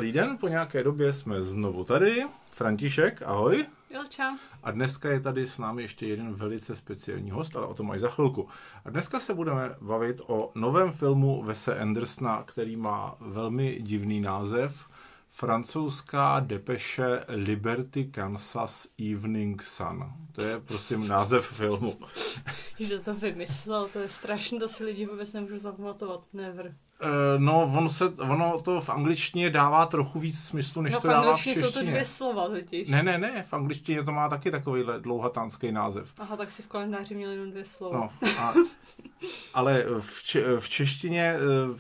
Dobrý den, po nějaké době jsme znovu tady. František, ahoj. Ilča. A dneska je tady s námi ještě jeden velice speciální host, ale o tom až za chvilku. A dneska se budeme bavit o novém filmu Wese Andersona, který má velmi divný název. Francouzská depeše Liberty, Kansas Evening Sun. To je prosím název filmu. Kdo to vymyslel, to je strašné, to si lidi vůbec nemůžu zapamatovat, never. No, ono to v angličtině dává trochu víc smyslu, než to dává v češtině. jsou to 2 slova totiž. Ne, v angličtině to má taky takovýhle dlouhatánský název. Aha, tak si v kalendáři měl jenom 2 slova. No, ale v češtině,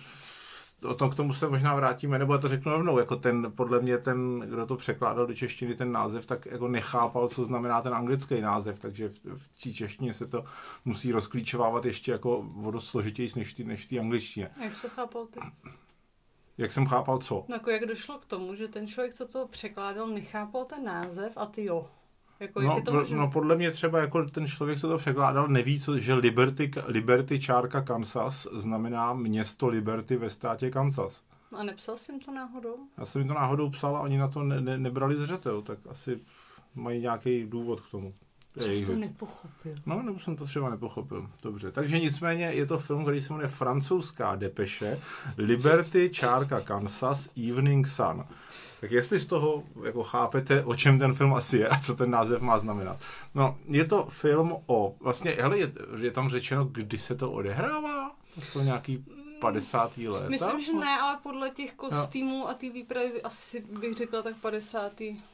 k tomu se možná vrátíme, nebo já to řeknu rovnou, jako podle mě kdo to překládal do češtiny ten název, tak jako nechápal, co znamená ten anglický název, takže v té češtině se to musí rozklíčovávat ještě jako o dost složitější než v té angličtině. Jak se chápal ty? Jak jsem chápal co? No jako jak došlo k tomu, že ten člověk, co to překládal, nechápal ten název a ty jo. Jako, no podle mě třeba jako ten člověk, co to překládal, neví, že Liberty čárka Kansas znamená město Liberty ve státě Kansas. No a nepsal jsi jim to náhodou? Já jsem jim to náhodou psal a oni na to nebrali zřetel, tak asi mají nějaký důvod k tomu. Jsi to nepochopil. No, nebo jsem to třeba nepochopil. Dobře, takže nicméně je to film, který se jmenuje Francouzská depeše Liberty čárka Kansas Evening Sun. Tak jestli z toho jako chápete, o čem ten film asi je a co ten název má znamenat. No, je to film vlastně, hele, je tam řečeno, kdy se to odehrává? To jsou nějaký 50. let. Myslím, že ne, ale podle těch kostýmů a té výpravy asi bych řekla tak 50.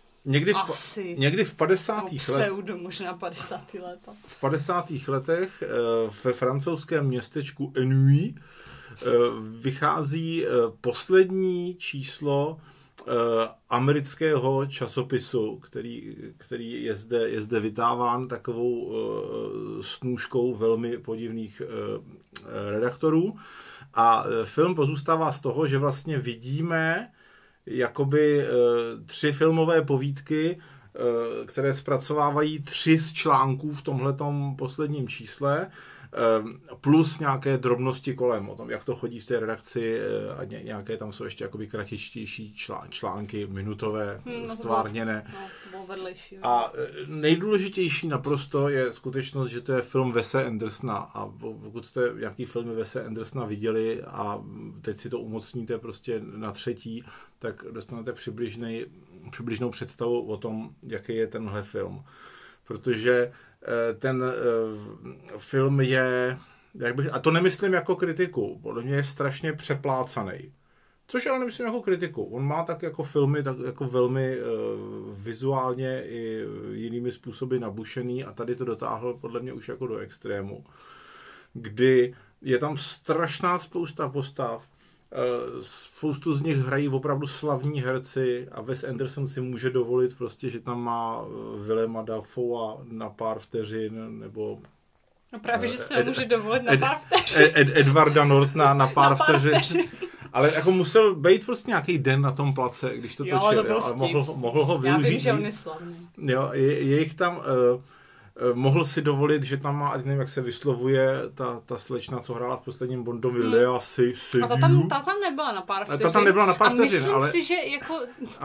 Někdy v 50. letech. Možná 50. léta. V 50. letech ve francouzském městečku Ennui vychází poslední číslo amerického časopisu, který je zde vydáván takovou snůškou velmi podivných redaktorů. A film pozůstává z toho, že vlastně vidíme jakoby 3 filmové povídky, které zpracovávají 3 z článků v tomhletom posledním čísle, plus nějaké drobnosti kolem o tom, jak to chodí v té redakci a nějaké tam jsou ještě jakoby kratičtější články, minutové, stvárněné. A nejdůležitější naprosto je skutečnost, že to je film Wese Andersona a pokud jste nějaký filmy Wese Andersona viděli a teď si to umocníte prostě na 3., tak dostanete přibližnou představu o tom, jaký je tenhle film. Protože ten film je, a to nemyslím jako kritiku, podle mě je strašně přeplácaný. Což ale nemyslím jako kritiku. On má tak jako filmy tak jako velmi vizuálně i jinými způsoby nabušený a tady to dotáhl podle mě už jako do extrému. Kdy je tam strašná spousta postav, spoustu z nich hrají opravdu slavní herci a Wes Anderson si může dovolit prostě, že tam má Willema Dafoea na pár vteřin, nebo no právě, že si může dovolit na pár vteřin. Edwarda Nortona na pár vteřin. Ale jako musel být prostě nějaký den na tom place, když to točil, ale mohl ho využít. Já vím, že on je slavný. Jo, je jich tam... mohl si dovolit, že tam má, a nevím, jak se vyslovuje, ta slečna, co hrála v posledním Bondovi, Lea Seydoux. A ta tam nebyla na pár vteřin. Ta tam nebyla na pár vteřin, myslím si, že jako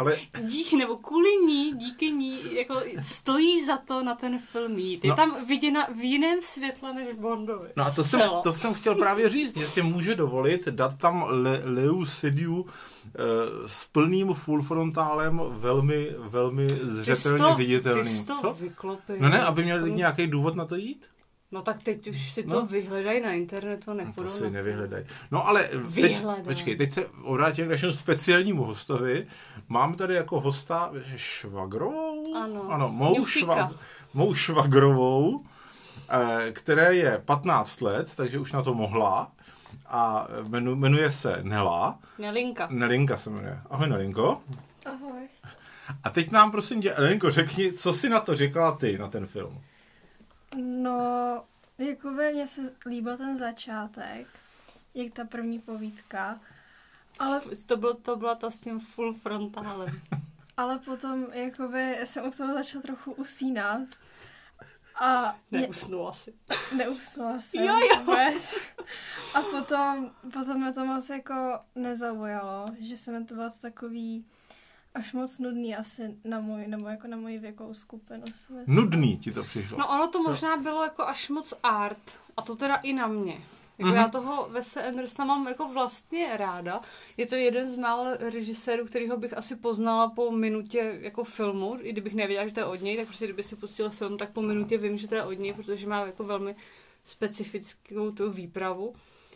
díky ní, jako stojí za to na ten film jít. Je tam viděna v jiném světle než Bondovi. No a to jsem chtěl právě říct, že si může dovolit dát tam Leu Seydoux s plným full frontálem velmi, velmi zřetelně viditelným. Co? Vyklopil. No ne, aby měl nějaký důvod na to jít? No tak teď už si to vyhledají na internetu, nepůjdou. No to si nevyhledají. No ale teď se obrátím k našemu speciálnímu hostovi. Mám tady jako hosta švagrovou? Ano, mou švagrovou, které je 15 let, takže už na to mohla. A jmenuje se Nela. Nelinka se jmenuje. Ahoj Nelinko. Ahoj. A teď nám prosím tě, Nelinko, řekni, co jsi na to řekla ty, na ten film? No, jakoby mně se líbil ten začátek, jak ta první povídka. Ale to byla ta s tím full frontálem. Ale potom jakoby jsem u toho začala trochu usínat. A Neusnula si. Neusnula jsem Jo. vůbec. A potom mě to moc jako nezaujalo, že se mi to bylo takový až moc nudný asi na moji věkovou skupinu. Nudný ti to přišlo. No ono to možná bylo jako až moc art. A to teda i na mě. Jako já toho Wese Andersona mám jako vlastně ráda. Je to jeden z mála režisérů, kterýho bych asi poznala po minutě jako filmu. I kdybych nevěděla, že to je od něj, tak prostě kdyby si pustil film, tak po minutě vím, že to je od něj, protože má jako velmi specifickou tu výpravu.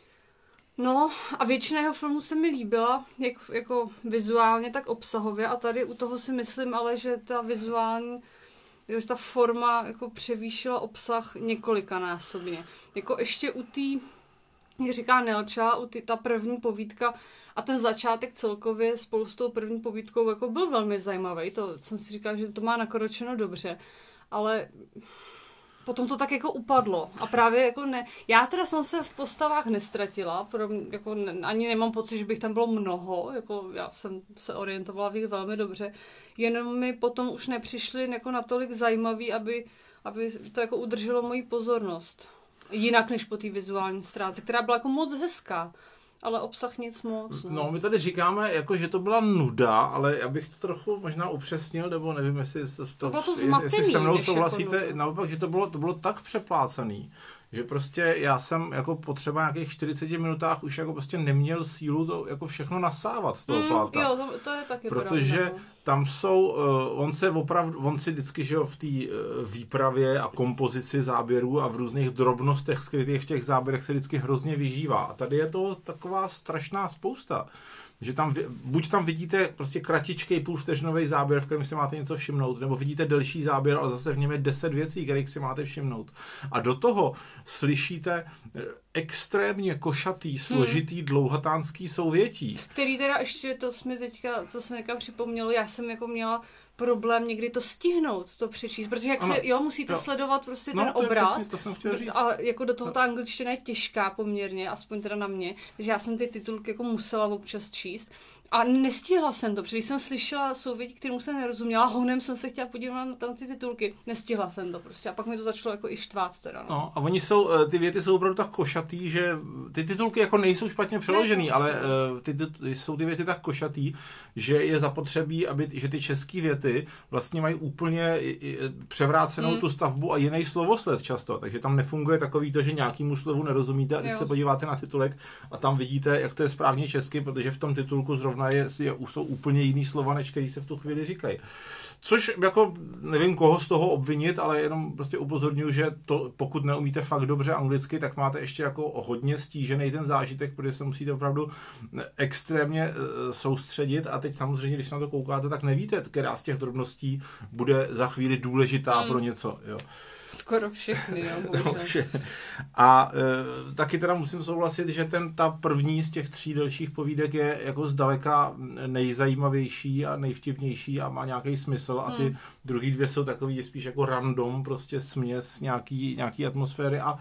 No a většina jeho filmů se mi líbila, jak jako vizuálně, tak obsahově. A tady u toho si myslím ale, že ta vizuální, že ta forma jako převýšila obsah několikanásobně. Jako ještě u té, jak říká Nelča, ta první povídka a ten začátek celkově spolu s tou první povídkou jako byl velmi zajímavý. To jsem si říkala, že to má nakročeno dobře, ale potom to tak jako upadlo a právě jako ne. Já teda jsem se v postavách nestratila, jako ani nemám pocit, že bych tam bylo mnoho, jako já jsem se orientovala v nich velmi dobře, jenom mi potom už nepřišly jako natolik zajímavý, aby to jako udrželo moji pozornost. Jinak než po té vizuální stránce, která byla jako moc hezká. Ale obsah nic moc. No, my tady říkáme, jako, že to byla nuda, ale já bych to trochu možná upřesnil, nebo nevím, jestli se mnou souhlasíte, jako naopak, že to bylo tak přeplácený, že prostě já jsem jako po třeba nějakých 40 minutách už jako prostě neměl sílu to jako všechno nasávat z toho plátna. Jo, to je taky protože pravda. Tam jsou, on si vždycky, že jo, v té výpravě a kompozici záběrů a v různých drobnostech skrytých v těch záběrech se vždycky hrozně vyžívá. A tady je to taková strašná spousta. Že tam, buď tam vidíte prostě kratičkej půlvteřinový záběr, v kterém si máte něco všimnout, nebo vidíte delší záběr, ale zase v něm je 10 věcí, kterých si máte všimnout. A do toho slyšíte extrémně košatý, složitý, dlouhatánský souvětí. Který teda ještě, to se mi teďka připomnělo, já jsem jako měla problém někdy to stihnout, to přečíst, protože jak se, musíte sledovat prostě ten obraz. Přesně, to jsem chtěl říct. A jako do toho ta angličtina je těžká poměrně, aspoň teda na mě, takže já jsem ty titulky jako musela občas číst. A nestihla jsem to, protože jsem slyšela souvětí, kterému jsem nerozuměla, honem jsem se chtěla podívat na ty titulky. Nestihla jsem to prostě a pak mi to začalo jako i štvát teda. No a ty věty jsou opravdu tak košatý, že ty titulky jako nejsou špatně přeložený, ale jsou ty věty tak košatý, že je zapotřebí, že ty české věty vlastně mají úplně převrácenou tu stavbu a jiný slovosled často, takže tam nefunguje takový to, že nějakému slovu nerozumíte a když se podíváte na titulek a tam vidíte, jak to je správně česky, protože v tom titulku zrovna jsou úplně jiný slova, než který se v tu chvíli říkají. Což jako nevím, koho z toho obvinit, ale jenom prostě upozorňuji, že to, pokud neumíte fakt dobře anglicky, tak máte ještě jako hodně stížený ten zážitek, protože se musíte opravdu extrémně soustředit a teď samozřejmě, když se na to koukáte, tak nevíte, která z těch drobností bude za chvíli důležitá pro něco. Jo. Skoro všechny, jo. A taky teda musím souhlasit, že ta první z těch 3 delších povídek je jako zdaleka nejzajímavější a nejvtipnější a má nějaký smysl a ty druhý 2 jsou takový spíš jako random, prostě směs nějaký atmosféry a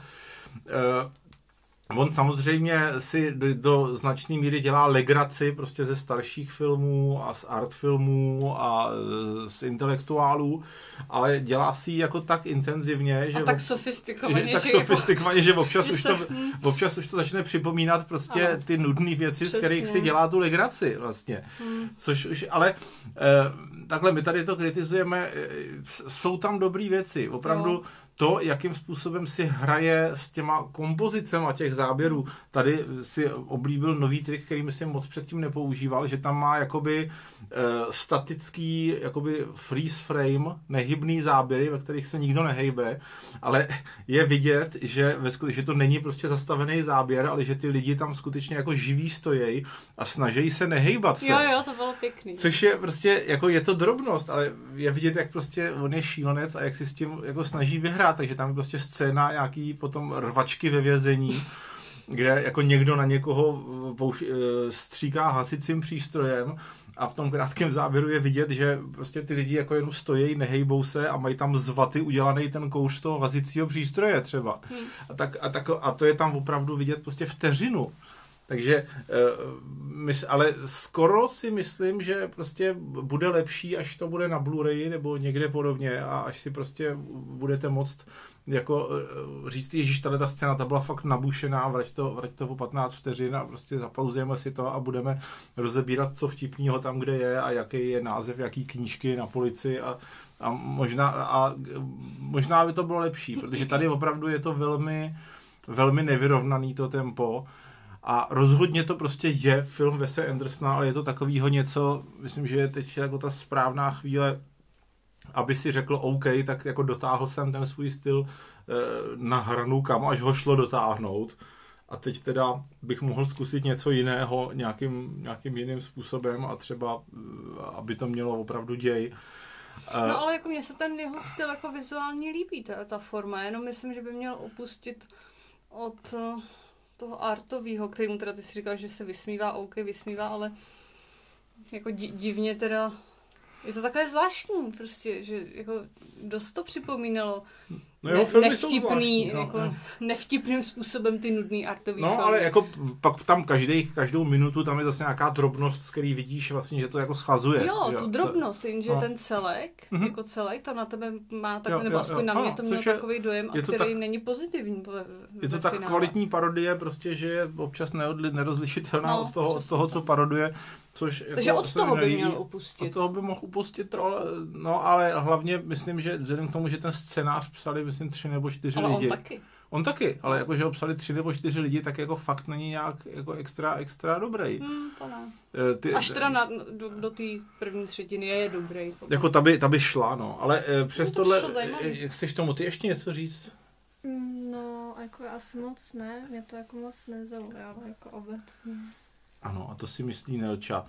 on samozřejmě si do značné míry dělá legraci prostě ze starších filmů a z art filmů a z intelektuálů, ale dělá si jako tak intenzivně, že tak sofistikovaně, že občas už to začne připomínat prostě ty nudné věci, z kterých si dělá tu legraci vlastně. Což už, ale takhle my tady to kritizujeme, jsou tam dobrý věci, opravdu. To, jakým způsobem si hraje s těma kompozicema těch záběrů. Tady si oblíbil nový trik, který myslím moc předtím nepoužíval, že tam má jakoby statický jakoby freeze frame, nehybný záběry, ve kterých se nikdo nehejbe, ale je vidět, že to není prostě zastavený záběr, ale že ty lidi tam skutečně jako živí stojí a snaží se nehejbat se. Jo, to bylo pěkný. Což je prostě, jako je to drobnost, ale je vidět, jak prostě on je šílenec a jak si s tím jako snaží vyhrát, takže tam je prostě scéna nějaký potom rvačky ve vězení, kde jako někdo na někoho stříká hasicím přístrojem a v tom krátkém záběru je vidět, že prostě ty lidi jako jenom stojí, nehejbou se a mají tam z vaty udělaný ten kouř z toho hasicího přístroje třeba. A to je tam opravdu vidět prostě vteřinu. Takže, ale skoro si myslím, že prostě bude lepší, až to bude na Blu-rayi nebo někde podobně a až si prostě budete moct jako říct, ježíš, ta scéna, ta byla fakt nabušená, vrať to o 15 vteřin a prostě zapauzujeme si to a budeme rozebírat, co vtipného tam, kde je a jaký je název, jaký knížky na polici a možná by to bylo lepší, protože tady opravdu je to velmi, velmi nevyrovnaný to tempo a rozhodně to prostě je film Wese Andersona, ale je to takovýho něco, myslím, že je teď jako ta správná chvíle, aby si řekl OK, tak jako dotáhl jsem ten svůj styl na hranu, kam až ho šlo dotáhnout. A teď teda bych mohl zkusit něco jiného nějakým jiným způsobem a třeba, aby to mělo opravdu děj. No ale jako mně se ten jeho styl jako vizuální líbí, ta forma, jenom myslím, že by měl opustit od toho artového, kterému teda ty si říkal, že se vysmívá, OK, vysmívá, ale jako divně teda, je to takové zvláštní prostě, že jako dost to připomínalo nevtipný, jako nevtipným způsobem ty nudný artový filmy. Ale jako pak tam každou minutu tam je zase nějaká drobnost, z který vidíš vlastně, že to jako schazuje. Jo, tu drobnost, jenže ten celek, jako celek, tam na tebe má takový, nebo aspoň na mě to měl takový dojem, a který není pozitivní. Je to tak kvalitní parodie prostě, že je občas nerozlišitelná od toho, co paroduje. Takže jako od toho by měl upustit. Od toho by mohl upustit, ale hlavně myslím, že vzhledem k tomu, že ten scénář psali, myslím, 3 nebo 4 ale lidi. On taky, ale jakože ho psali 3 nebo 4 lidi, tak jako fakt není nějak jako extra dobrý. To ne. Až teda do té první třetiny je dobrý. Potom. Jako ta by šla, ale přes tohle, jak chceš tomu ty ještě něco říct? No, jako asi moc ne, mě to jako moc nezaujalo, jako obecně. Ano, a to si myslí Nelča.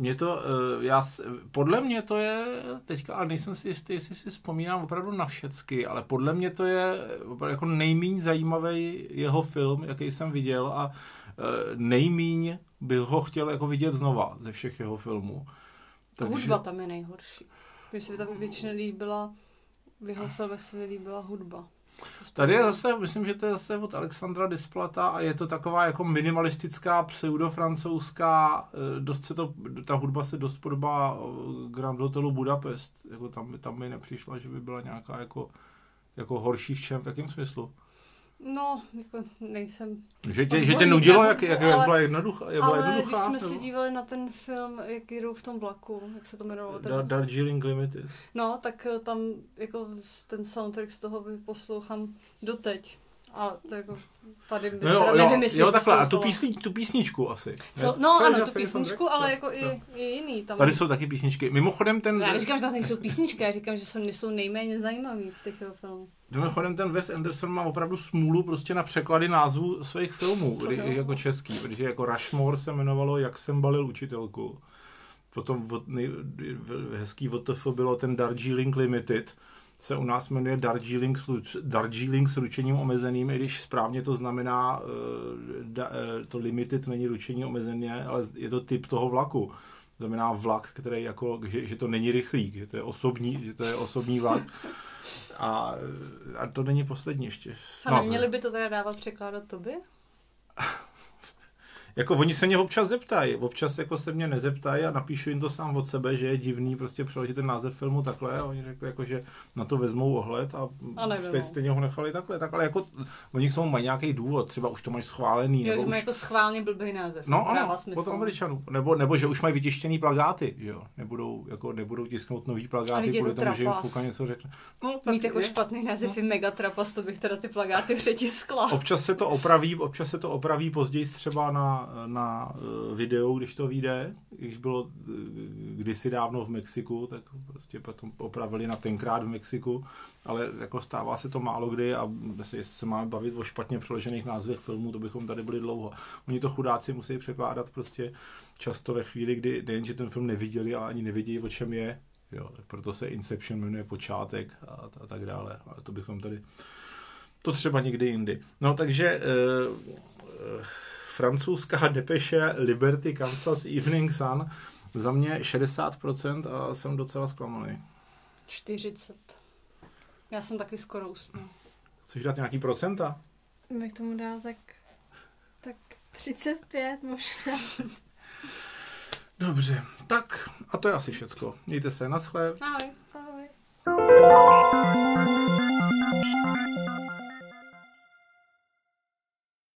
Podle mě to je, teďka, ale nejsem si jistý, jestli si vzpomínám opravdu na všecky, ale podle mě to je jako nejméně zajímavý jeho film, jaký jsem viděl a nejméně bych ho chtěl jako vidět znova ze všech jeho filmů. Takže... Hudba tam je nejhorší. Mně se tam většině líbila, v jeho filmech se mi líbila hudba. Tady je zase, myslím, že to je zase od Alexandra Desplata a je to taková jako minimalistická, pseudofrancouzská, ta hudba se dost podobá Grand Hotelu Budapest. Jako tam mi nepřišla, že by byla nějaká jako horší v jakém smyslu? No, jako nejsem... Že tě nudilo, jak byla jednoduchá? Ale když jsme si dívali na ten film, jak jdou v tom vlaku, jak se to jmenovalo? Darjeeling Limited. No, tak tam jako ten soundtrack z toho poslouchám doteď. A to jako tady nevím, jestli takhle, a tu písničku asi. Tu písničku, ale jako i jiný. Tam... Tady jsou taky písničky. Mimochodem Já neříkám, že tam nejsou písničky, já říkám, že jsou nejméně zajímavý z těch filmů. Mimochodem ten Wes Anderson má opravdu smůlu prostě na překlady názvů svých filmů, jako český, protože jako Rushmore se jmenovalo Jak jsem balil učitelku. Potom hezký WTF bylo ten Darjeeling Limited, se u nás jmenuje Darjeeling s ručením omezeným, i když správně to znamená, to limited není ručení omezené, ale je to typ toho vlaku. To znamená vlak, který jako, že to není rychlík, že to je osobní vlak. A to není poslední ještě. A neměli by to teda dávat překládat tobě? Jako oni se mě občas zeptají, občas jako se mě nezeptají a napíšu jim to sám od sebe, že je divný prostě přeložit ten název filmu takhle a oni řekli jako, že na to vezmou ohled a stejně ho nechali takhle, jako oni k tomu mají nějaký důvod, třeba už to mají schválený. Jo, že mají jako schválně blbý název. No ano, od Američanů, nebo že už mají vytištěný plakáty, že jo, nebudou tisknout nový plakáty, kvůli tomu, že jim Fuka něco řekne. No, mít jako špatný název je mega trapas, to bych teda ty plakáty přetiskla. Občas se to opraví později třeba na videu, když to vyjde, když bylo kdysi dávno v Mexiku, tak prostě potom opravili na tenkrát v Mexiku, ale jako stává se to málo kdy a jestli se máme bavit o špatně přeložených názvech filmů, to bychom tady byli dlouho. Oni to chudáci musí překládat prostě často ve chvíli, kdy nejen, že ten film neviděli, ale ani nevědí, o čem je. Jo, tak proto se Inception jmenuje Počátek a tak dále. Ale to bychom tady... To třeba někdy jindy. No takže... francouzská depeše Liberty Kansas Evening Sun. Za mě 60% a jsem docela zklamaný. 40. Já jsem taky skoro usnul. Chceš dát nějaký procenta? Bych tomu dala tak 35 možná. Dobře, tak a to je asi všecko. Mějte se, naschle. Ahoj. Ahoj.